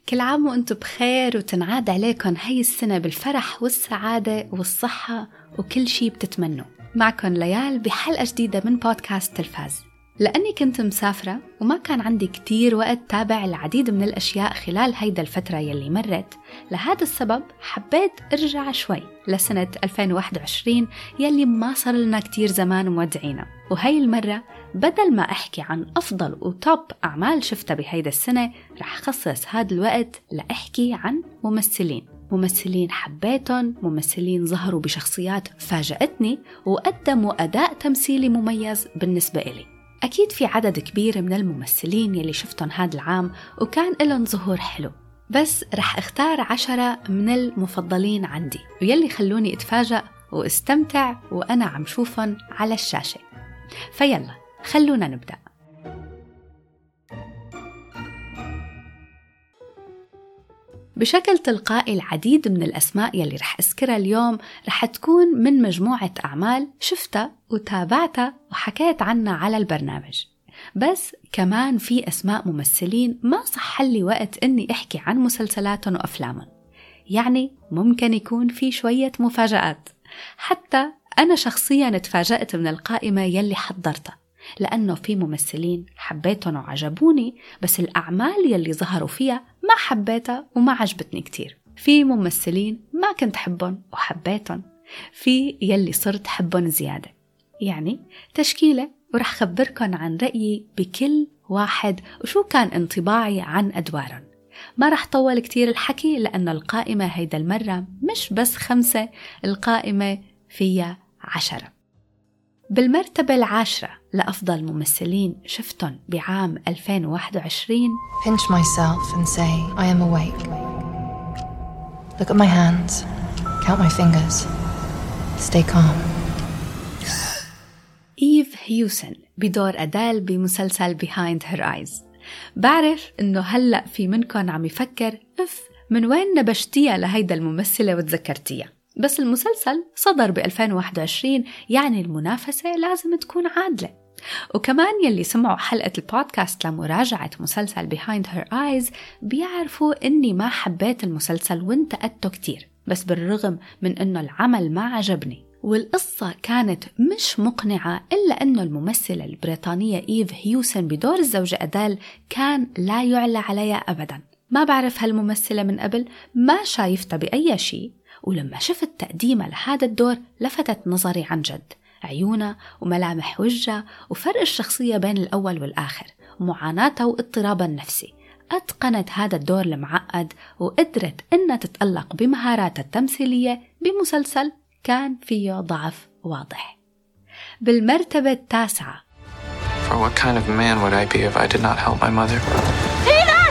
كل عام وانتم بخير وتنعاد عليكم هاي السنة بالفرح والسعادة والصحة وكل شي بتتمنوا. معكم ليال بحلقة جديدة من بودكاست تلفاز. لأني كنت مسافرة وما كان عندي كتير وقت تابع العديد من الأشياء خلال هيدا الفترة يلي مرت، لهذا السبب حبيت أرجع شوي لسنة 2021 يلي ما صار لنا كتير زمان مودعينا. وهي المرة بدل ما أحكي عن أفضل وتوب أعمال شفتها بهيدا السنة، رح خصص هذا الوقت لأحكي عن ممثلين حبيتهم، ممثلين ظهروا بشخصيات فاجأتني وقدموا أداء تمثيلي مميز بالنسبة إلي. أكيد في عدد كبير من الممثلين يلي شفتهم هذا العام وكان لهم ظهور حلو، بس رح اختار 10 من المفضلين عندي ويلي خلوني اتفاجأ واستمتع وأنا عم شوفهم على الشاشة. فيلا خلونا نبدأ. بشكل تلقائي العديد من الأسماء يلي رح أذكرها اليوم رح تكون من مجموعة أعمال شفتها وتابعتها وحكيت عنها على البرنامج، بس كمان في أسماء ممثلين ما صح لي وقت إني أحكي عن مسلسلاتهم وأفلامهم، يعني ممكن يكون في شوية مفاجآت. حتى أنا شخصياً اتفاجأت من القائمة يلي حضرتها، لأنه في ممثلين حبيتهم وعجبوني، بس الأعمال يلي ظهروا فيها ما حبيتها وما عجبتني كتير. في ممثلين ما كنت حبهم وحبيتهم، في يلي صرت حبهم زيادة. يعني تشكيلة ورح خبركن عن رأيي بكل واحد وشو كان انطباعي عن أدوارهم. ما رح طول كتير الحكي لأن القائمة هيدا المرة مش بس 5، القائمة فيها 10. بالمرتبة 10 لأفضل ممثلين شفتهم بعام 2021. Pinch myself and say I am awake. Look at my hands. Count my fingers. Stay calm. إيف هيوسن بدور أدال بمسلسل Behind Her Eyes. بعرف إنه هلأ في منكم عم يفكر من وين نبشتيها لهيدا الممثلة وتذكرتيها، بس المسلسل صدر ب2021، يعني المنافسة لازم تكون عادلة. وكمان يلي سمعوا حلقة البودكاست لمراجعة مسلسل Behind Her Eyes بيعرفوا إني ما حبيت المسلسل وانتقدته كتير، بس بالرغم من إنه العمل ما عجبني والقصة كانت مش مقنعة، إلا إنه الممثلة البريطانية إيف هيوسن بدور الزوجة أدال كان لا يعلى عليها أبدا. ما بعرف هالممثلة من قبل، ما شايفتها بأي شيء، ولما شفت تقديمها لهذا الدور لفتت نظري عن جد. عيونها وملامح وجهها وفرق الشخصية بين الأول والآخر ومعاناتها واضطرابها النفسي. أتقنت هذا الدور المعقد وقدرت أنها تتألق بمهاراتها التمثيلية بمسلسل كان فيه ضعف واضح. بالمرتبة 9. For what kind of man would I be if I did not help my mother? Peter!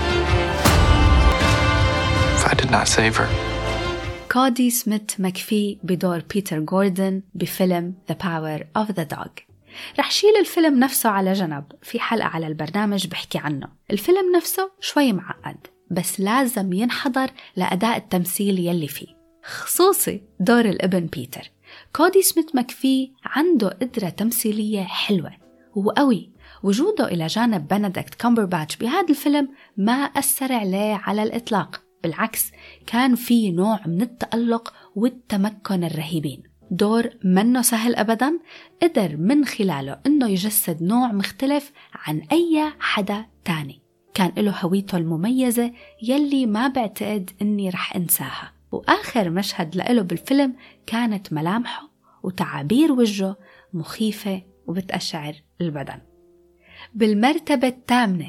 If I did not save her? كودي سميث مكفي بدور بيتر جوردن بفيلم The Power of the Dog. رح شيل الفيلم نفسه على جنب، في حلقة على البرنامج بحكي عنه. الفيلم نفسه شوي معقد، بس لازم ينحضر لأداء التمثيل يلي فيه، خصوصي دور الابن بيتر. كودي سميث مكفي عنده قدرة تمثيلية حلوة وقوي. وجوده إلى جانب بنديكت كامبرباتش بهذا الفيلم ما أثر عليه على الإطلاق، بالعكس كان في نوع من التألق والتمكن الرهيبين. دور منه سهل أبدا، قدر من خلاله إنه يجسد نوع مختلف عن أي حدا تاني. كان له هويته المميزة يلي ما بعتقد إني رح أنساها. وآخر مشهد له بالفيلم كانت ملامحه وتعابير وجهه مخيفة وبتأشعر البدن. بالمرتبة 8.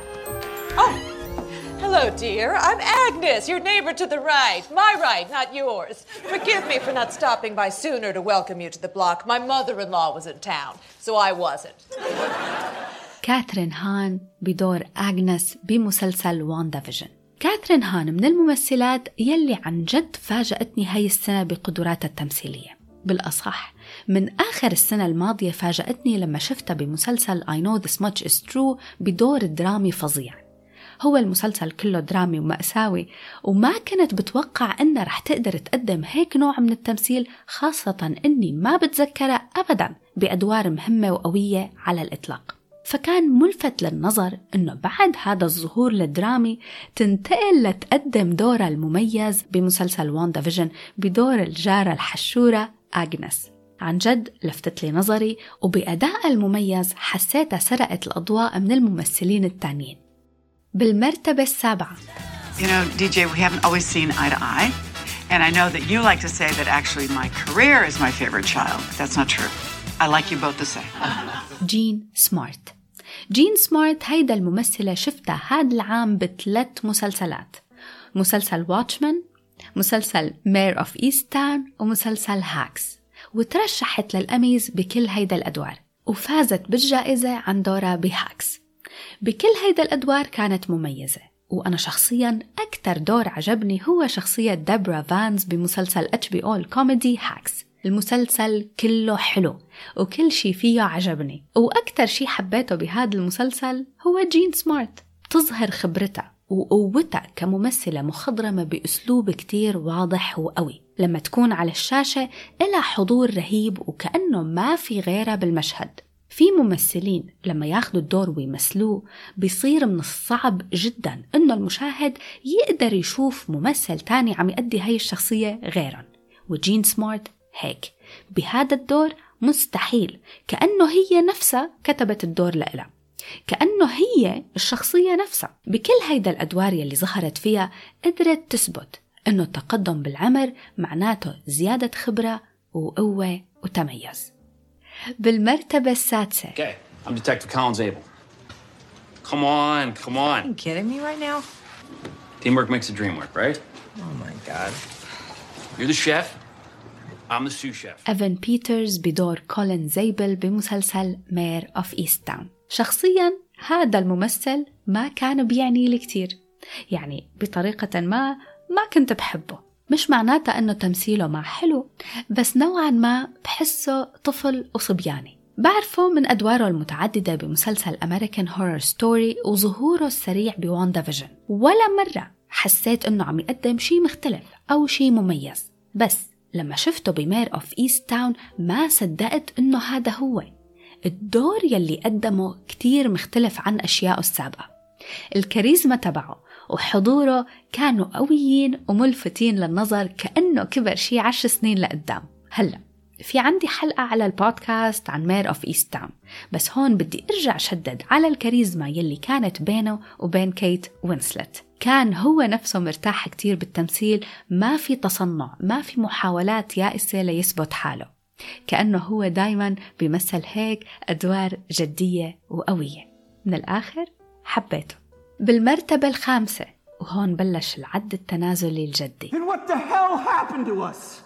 Hello, dear. I'm Agnes, your neighbor to the right. My right, not yours. Forgive me for not stopping by sooner to welcome you to the block. My mother-in-law was in town, so I wasn't. كاثرين هان بدور آغنس بمسلسل واندا فيجن. كاثرين هان من الممثلات يلي عن جد فاجأتني هاي السنة بقدراتها التمثيلية. بالأصح من آخر السنة الماضية فاجأتني لما شفتها بمسلسل I Know This Much Is True بدور درامي فظيع. هو المسلسل كله درامي ومأساوي، وما كنت بتوقع أنها رح تقدر تقدم هيك نوع من التمثيل، خاصة أني ما بتذكرها أبدا بأدوار مهمة وقوية على الإطلاق. فكان ملفت للنظر إنه بعد هذا الظهور الدرامي تنتقل لتقدم دورها المميز بمسلسل واندا فيجن بدور الجارة الحشورة آغنس. عن جد لفتت لي نظري، وبأداء المميز حسيتها سرقت الأضواء من الممثلين التانيين. بالمرتبة السابعة. You know, DJ, we haven't always seen eye to eye. And I know that you like to say that actually my career is my favorite child. That's not true. I like you both the same. جين سمارت. جين سمارت هيدا الممثلة شفتها هذا العام ب3 مسلسلات: مسلسل واتشمان، مسلسل مير أوف إيستاون، ومسلسل هاكس، وترشحت للأميز بكل هيدا الأدوار وفازت بالجائزة عن دورها بهاكس. بكل هيدا الأدوار كانت مميزة، وأنا شخصياً أكتر دور عجبني هو شخصية ديبرا فانز بمسلسل HBO الكوميدي هاكس. المسلسل كله حلو وكل شي فيه عجبني، وأكتر شي حبيته بهذا المسلسل هو جين سمارت. تظهر خبرتها وقوتها كممثلة مخضرمة بأسلوب كتير واضح وقوي. لما تكون على الشاشة إلها حضور رهيب وكأنه ما في غيرها بالمشهد. في ممثلين لما ياخدوا الدور ويمثلوه بيصير من الصعب جدا إنه المشاهد يقدر يشوف ممثل تاني عم يؤدي هاي الشخصية غيرا، وجين سمارت هيك بهذا الدور مستحيل، كأنه هي نفسها كتبت الدور لإلها، كأنه هي الشخصية نفسها. بكل هيدا الأدوار يلي ظهرت فيها قدرت تثبت إنه التقدم بالعمر معناته زيادة خبرة وقوة وتميز. بالمرتبة السادسة. Okay, I'm Detective Collins Abel. Come on. Are you kidding me right now? Teamwork makes the dream work, right? Oh my God. You're the chef. I'm the sous chef. إيفان بيترز بدور كولين زيبل بمسلسل مير أوف إيستاون. شخصياً هذا الممثل ما كان بيعني لي كتير، يعني بطريقة ما كنت بحبه. مش معناته أنه تمثيله ما حلو، بس نوعاً ما بحسه طفل وصبياني. بعرفه من أدواره المتعددة بمسلسل أمريكان هورر ستوري وظهوره السريع بواندا فيجن. ولا مرة حسيت أنه عم يقدم شي مختلف أو شي مميز، بس لما شفته بمير أوف إيستاون ما صدقت أنه هذا هو. الدور يلي قدمه كتير مختلف عن أشياءه السابقة. الكاريزما تبعه وحضوره كانوا قويين وملفتين للنظر، كأنه كبر شي 10 سنين لقدام. هلأ في عندي حلقة على البودكاست عن مير أوف إيستاون، بس هون بدي أرجع شدد على الكاريزما يلي كانت بينه وبين كيت وينسلت. كان هو نفسه مرتاح كتير بالتمثيل، ما في تصنع، ما في محاولات يائسة ليثبت حاله، كأنه هو دايما بيمثل هيك أدوار جدية وقوية. من الآخر حبيته. بالمرتبة الخامسة، وهون بلش العد التنازلي الجدي. And what the hell happened to us?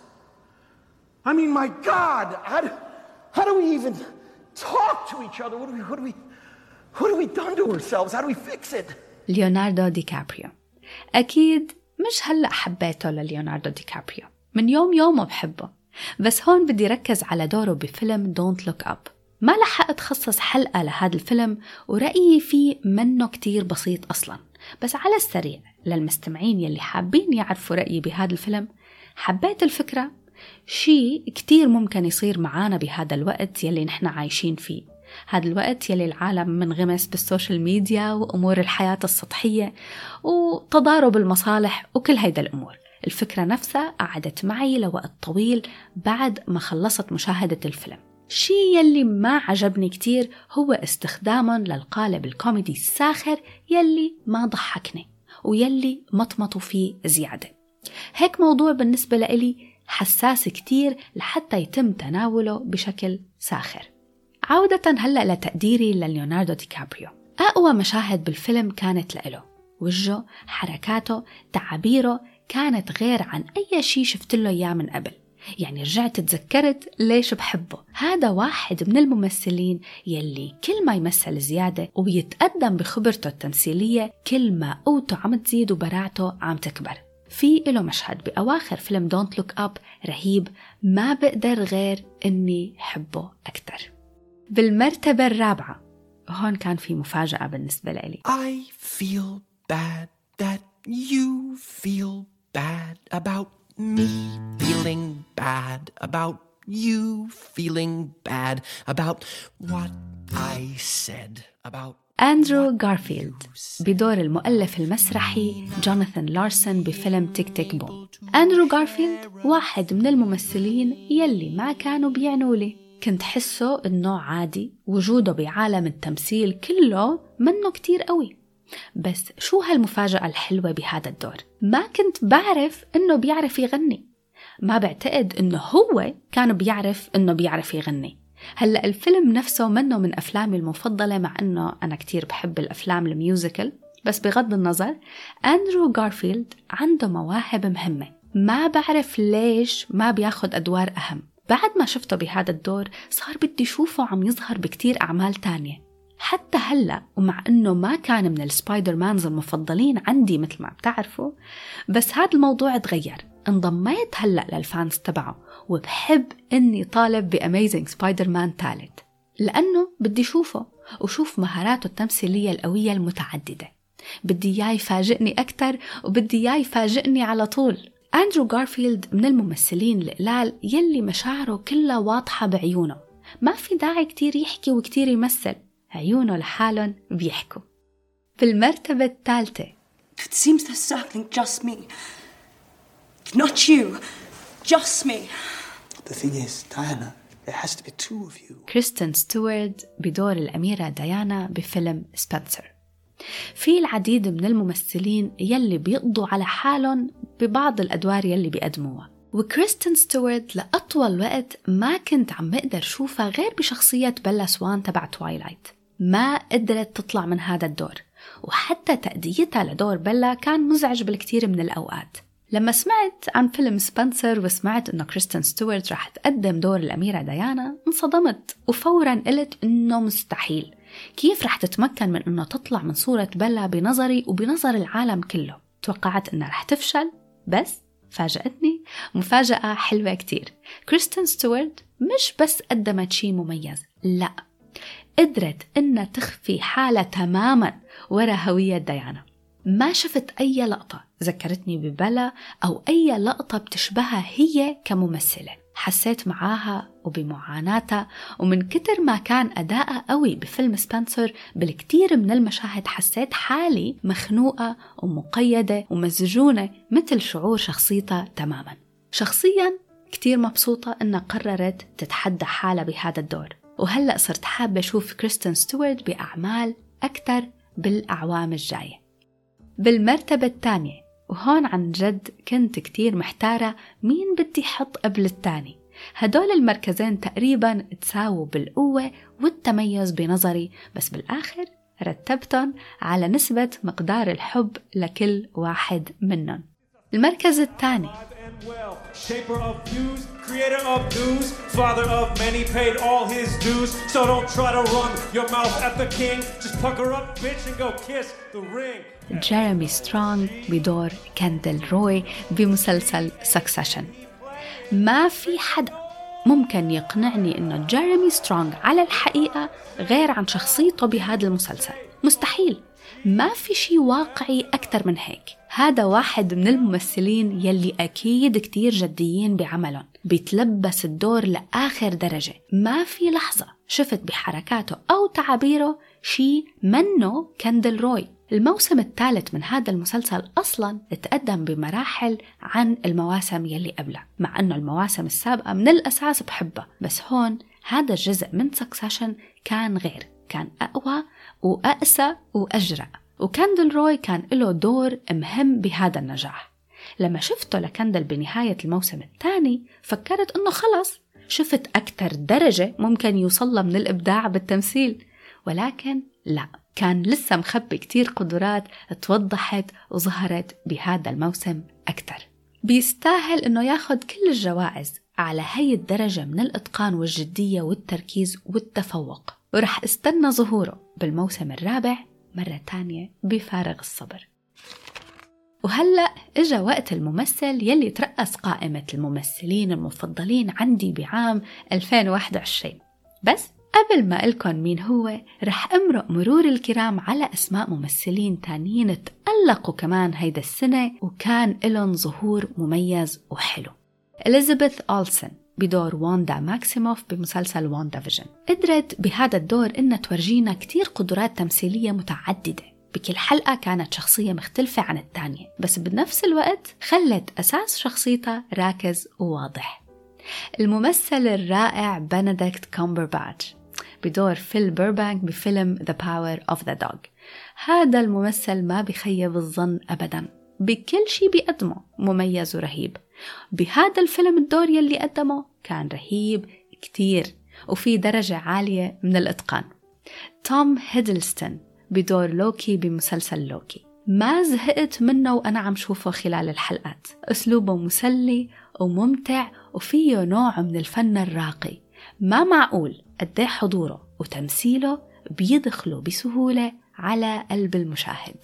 I mean, my God, how do we even talk to each other? What have we done to ourselves? How do we fix it? ليوناردو دي كابريو. أكيد مش هلأ حبيته لليوناردو دي كابريو، من يومه بحبه، بس هون بدي ركز على دوره بفيلم Don't Look Up. ما لحقت خصص حلقة لهذا الفيلم، ورأيي فيه منه كتير بسيط أصلاً، بس على السريع للمستمعين يلي حابين يعرفوا رأيي بهذا الفيلم. حبيت الفكرة، شيء كتير ممكن يصير معانا بهذا الوقت يلي نحن عايشين فيه، هذا الوقت يلي العالم منغمس بالسوشيال ميديا وأمور الحياة السطحية وتضارب المصالح وكل هيدا الأمور. الفكرة نفسها قعدت معي لوقت طويل بعد ما خلصت مشاهدة الفيلم. شيء يلي ما عجبني كتير هو استخداما للقالب الكوميدي الساخر يلي ما ضحكني ويلي مطمطوا فيه زيادة. هيك موضوع بالنسبة لإلي حساس كتير لحتى يتم تناوله بشكل ساخر. عودة هلأ لتقديري لليوناردو دي كابريو. أقوى مشاهد بالفيلم كانت لإله، وجهه، حركاته، تعابيره كانت غير عن أي شيء شفت له إياه من قبل. يعني رجعت تذكرت ليش بحبه. هذا واحد من الممثلين يلي كل ما يمثل زيادة وبيتقدم بخبرته التمثيلية كل ما قوته عم تزيد وبراعته عم تكبر. في له مشهد بأواخر فيلم Don't Look Up رهيب، ما بقدر غير إني حبه أكتر. بالمرتبة الرابعة، هون كان في مفاجأة بالنسبة لي. I feel bad that you feel bad about me feeling bad about you feeling bad about what I said about أندرو غارفيلد بدور المؤلف المسرحي جوناثان لارسون بفيلم تيك تيك بوم. أندرو غارفيلد واحد من الممثلين يلي ما كانوا بيعنوا لي، كنت حسه إنه عادي، وجوده بعالم التمثيل كله منه كتير قوي. بس شو هالمفاجأة الحلوة بهذا الدور؟ ما كنت بعرف إنه بيعرف يغني، ما بعتقد إنه هو كان بيعرف إنه بيعرف يغني. هلأ الفيلم نفسه منه من أفلامي المفضلة، مع أنه أنا كتير بحب الأفلام الميوزيكال، بس بغض النظر أندرو غارفيلد عنده مواهب مهمة، ما بعرف ليش ما بياخد أدوار أهم. بعد ما شفته بهذا الدور صار بدي شوفه عم يظهر بكتير أعمال تانية. حتى هلأ ومع أنه ما كان من السبايدر مانز المفضلين عندي مثل ما بتعرفوا، بس هذا الموضوع تغير. انضميت هلأ للفانز تبعه وبحب أني طالب بأميزينج سبايدر مان ثالث، لأنه بدي شوفه وشوف مهاراته التمثيلية القوية المتعددة. بدي إياه يفاجئني أكتر، وبدي إياه يفاجئني على طول. أندرو غارفيلد من الممثلين القلال يلي مشاعره كلها واضحة بعيونه، ما في داعي كتير يحكي وكتير يمثل، عيونه لحالهم بيحكوا. في المرتبة الثالثة It seems they're circling just me. Not you, just me. The thing is, Diana, there has to be two of you. كريستين ستوارت بدور الأميرة ديانا بفيلم سبنسر. في العديد من الممثلين يلي بيقضوا على حالهم ببعض الأدوار يلي بيقدموها، وكريستين ستوارت لأطول وقت ما كنت عم أقدر شوفها غير بشخصية بيلا سوان تبع توايلايت. ما قدرت تطلع من هذا الدور، وحتى تأديتها لدور بيلا كان مزعج بالكثير من الأوقات. لما سمعت عن فيلم سبنسر وسمعت إنه كريستين ستوارت راح تقدم دور الأميرة ديانا انصدمت، وفوراً قلت إنه مستحيل، كيف راح تتمكن من إنه تطلع من صورة بيلا بنظري وبنظر العالم كله. توقعت إنها راح تفشل، بس فاجأتني مفاجأة حلوة كتير. كريستين ستوارت مش بس قدمت شيء مميز، لا، قدرت إنها تخفي حالة تماماً وراء هوية ديانا. ما شفت أي لقطة ذكرتني ببلا أو أي لقطة بتشبهها هي كممثلة. حسيت معاها وبمعاناتها، ومن كتر ما كان أداءها قوي بفيلم سبنسر بالكتير من المشاهد حسيت حالي مخنوقة ومقيدة ومسجونة مثل شعور شخصيتها تماما. شخصيا كتير مبسوطة إنها قررت تتحدى حالها بهذا الدور، وهلأ صرت حابة أشوف كريستين ستوارت بأعمال أكتر بالأعوام الجاية. بالمرتبة الثانية، وهون عن جد كنت كتير محتارة مين بدي حط قبل الثاني. هدول المركزين تقريبا تساووا بالقوة والتميز بنظري، بس بالآخر رتبتهم على نسبة مقدار الحب لكل واحد منهم. المركز الثاني Shaper of views, creator of news, father of many, paid all his dues. So don't try to run your mouth at the king. Just pucker up, bitch, and go kiss the ring. جيريمي سترونغ بدور كاندل روي بمسلسل سكسيشن. ما في حدا ممكن يقنعني إنه جيريمي سترونغ على الحقيقة غير عن شخصيته بهذا المسلسل، مستحيل. ما في شيء واقعي أكتر من هيك. هذا واحد من الممثلين يلي أكيد كتير جديين بعملهم، بيتلبس الدور لآخر درجة. ما في لحظة شفت بحركاته أو تعابيره شيء منه كاندل روي. الموسم الثالث من هذا المسلسل أصلاً تقدم بمراحل عن المواسم يلي قبله، مع أنه المواسم السابقة من الأساس بحبها، بس هون هذا الجزء من سكسيشن كان غير، كان أقوى وأقسى وأجرأ، وكاندل روي كان له دور مهم بهذا النجاح. لما شفته لكاندل بنهاية الموسم الثاني فكرت أنه خلص شفت أكتر درجة ممكن يوصل من الإبداع بالتمثيل، ولكن لا، كان لسه مخبي كتير قدرات توضحت وظهرت بهذا الموسم أكتر. بيستاهل أنه ياخد كل الجوائز على هاي الدرجة من الإتقان والجدية والتركيز والتفوق، ورح استنى ظهوره بالموسم الرابع مرة تانية بفارغ الصبر. وهلأ إجا وقت الممثل يلي ترأس قائمة الممثلين المفضلين عندي بعام 2021. بس قبل ما أقولكم مين هو، رح أمرق مرور الكرام على أسماء ممثلين تانيين تألقوا كمان هيدا السنة وكان لهم ظهور مميز وحلو. إليزابيث أولسن بدور واندا ماكسيموف بمسلسل واندا فيجن. قدرت بهذا الدور إنها تورجينا كتير قدرات تمثيلية متعددة، بكل حلقة كانت شخصية مختلفة عن الثانية، بس بنفس الوقت خلت أساس شخصيتها راكز وواضح. الممثل الرائع بنديكت كامبرباتش بدور فيل بيربانك بفيلم The Power of the Dog. هذا الممثل ما بيخيب الظن أبدا، بكل شيء بيقدمه مميز ورهيب. بهذا الفيلم الدور يلي قدمه كان رهيب كتير وفي درجة عالية من الإتقان. توم هيدلستون بدور لوكي بمسلسل لوكي، ما زهقت منه وأنا عم شوفه خلال الحلقات. أسلوبه مسلي وممتع وفيه نوع من الفن الراقي، ما معقول قد حضوره وتمثيله بيدخلوا بسهولة على قلب المشاهد.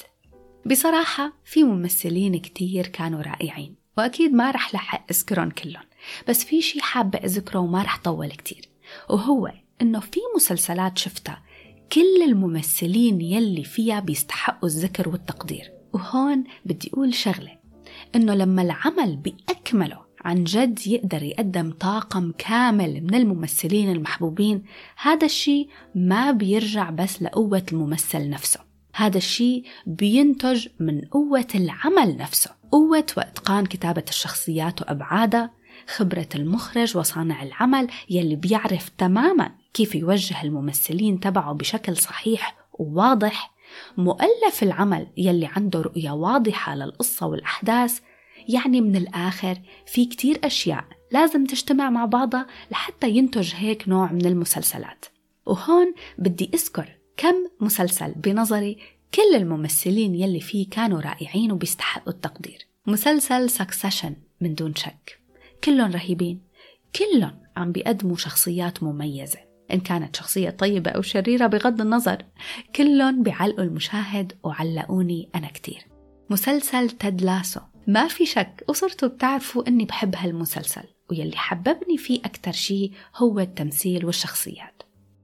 بصراحة في ممثلين كتير كانوا رائعين وأكيد ما رح لحق أذكرهم كلهم، بس في شي حابة أذكره وما رح طول كتير، وهو إنه في مسلسلات شفتها كل الممثلين يلي فيها بيستحقوا الذكر والتقدير. وهون بدي أقول شغلة، إنه لما العمل بأكمله عن جد يقدر يقدم طاقم كامل من الممثلين المحبوبين، هذا الشيء ما بيرجع بس لقوة الممثل نفسه، هذا الشيء بينتج من قوة العمل نفسه، قوة وإتقان كتابة الشخصيات وأبعادها، خبرة المخرج وصانع العمل يلي بيعرف تماما كيف يوجه الممثلين تبعه بشكل صحيح وواضح، مؤلف العمل يلي عنده رؤية واضحة للقصة والأحداث. يعني من الآخر في كتير أشياء لازم تجتمع مع بعضها لحتى ينتج هيك نوع من المسلسلات. وهون بدي أذكر كم مسلسل بنظري كل الممثلين يلي فيه كانوا رائعين وبيستحقوا التقدير. مسلسل Succession من دون شك، كلهم رهيبين، كلهم عم بيقدموا شخصيات مميزة، إن كانت شخصية طيبة أو شريرة بغض النظر، كلهم بيعلقوا المشاهد وعلقوني أنا كتير. مسلسل تيد لاسو، ما في شك وصرتوا بتعرفوا أني بحب هالمسلسل، ويلي حببني فيه أكتر شيء هو التمثيل والشخصيات.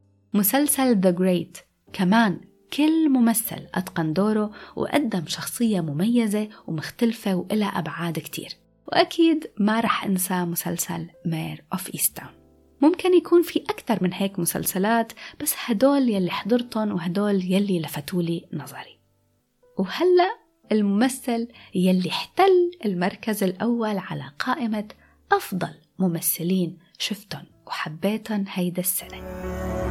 مسلسل The Great كمان كل ممثل أتقن دوره وقدم شخصية مميزة ومختلفة وإلها أبعاد كتير. وأكيد ما رح أنسى مسلسل مير أوف إيستاون. ممكن يكون في أكتر من هيك مسلسلات، بس هدول يلي حضرتهم وهدول يلي لفتولي نظري. وهلأ الممثل يلي احتل المركز الأول على قائمة أفضل ممثلين شفتهم وحبيتهم هيدا السنة.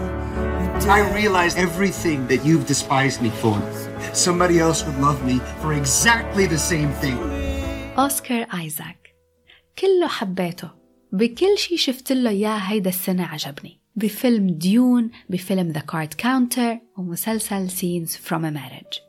I realize everything that you've despised me for. Somebody else would love me for exactly the same thing. أوسكار آيزاك، كله حبيته، بكل شي شفت له إياه هيدا السنة عجبني، بفيلم ديون، بفيلم The Card Counter، ومسلسل Scenes from a Marriage.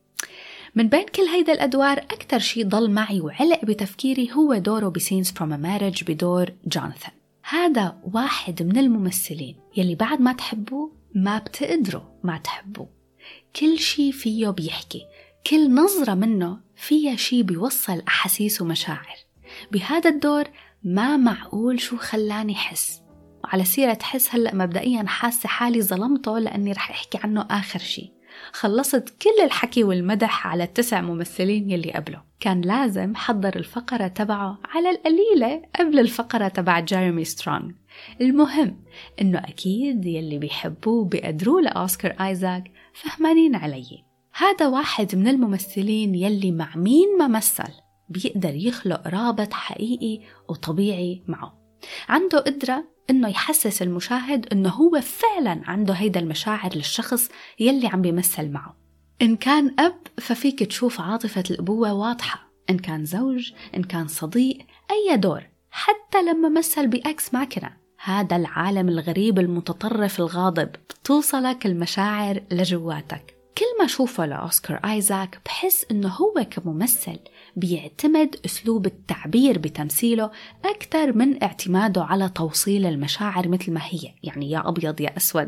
من بين كل هيدا الأدوار أكتر شي ضل معي وعلق بتفكيري هو دوره بسينز فروم ماريج بدور جوناثان. هذا واحد من الممثلين يلي بعد ما تحبوه ما بتقدروا ما تحبوه، كل شي فيه بيحكي، كل نظرة منه فيها شي بيوصل أحاسيس ومشاعر. بهذا الدور ما معقول شو خلاني حس، وعلى سيرة حس هلأ مبدئيا حاسة حالي ظلمته لأني رح أحكي عنه آخر شي. خلصت كل الحكي والمدح على 9 ممثلين يلي قبله، كان لازم حضر الفقرة تبعه على القليلة قبل الفقرة تبع جيريمي سترونغ. المهم إنه أكيد يلي بيحبوه بيقدروا لأوسكار آيزاك فهمانين عليه. هذا واحد من الممثلين يلي مع مين ما مثل بيقدر يخلق رابط حقيقي وطبيعي معه، عنده قدرة إنه يحسس المشاهد إنه هو فعلاً عنده هيدا المشاعر للشخص يلي عم بيمثل معه. إن كان أب ففيك تشوف عاطفة الأبوة واضحة، إن كان زوج، إن كان صديق، أي دور، حتى لما مثل بأكس ماكينة، هذا العالم الغريب المتطرف الغاضب بتوصلك المشاعر لجواتك. كل ما شوفه لأوسكار آيزاك بحس إنه هو كممثل بيعتمد أسلوب التعبير بتمثيله أكثر من اعتماده على توصيل المشاعر مثل ما هي، يعني يا أبيض يا أسود،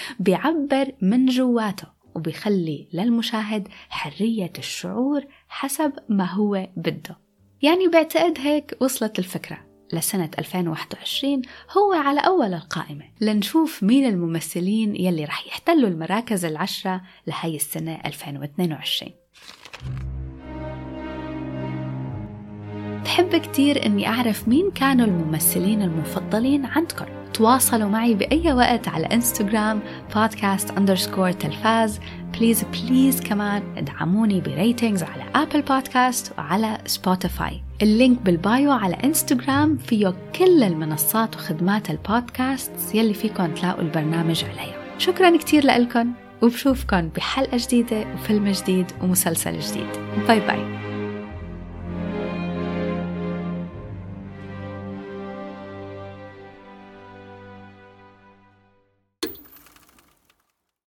بيعبر من جواته وبيخلي للمشاهد حرية الشعور حسب ما هو بده. يعني بعتقد هيك وصلت الفكرة. لسنة 2021 هو على أول القائمة، لنشوف مين الممثلين يلي رح يحتلوا المراكز 10 لهي السنة 2022. بحب كتير أني أعرف مين كانوا الممثلين المفضلين عندكم. تواصلوا معي بأي وقت على إنستغرام podcast_تلفاز. بليز كمان ادعموني بريتينجز على أبل بودكاست وعلى سبوتيفاي. اللينك بالبايو على إنستغرام فيه كل المنصات وخدمات البودكاست يلي فيكم تلاقوا البرنامج عليها. شكرا كتير لكم، وبشوفكن بحلقة جديدة وفيلم جديد ومسلسل جديد. باي باي.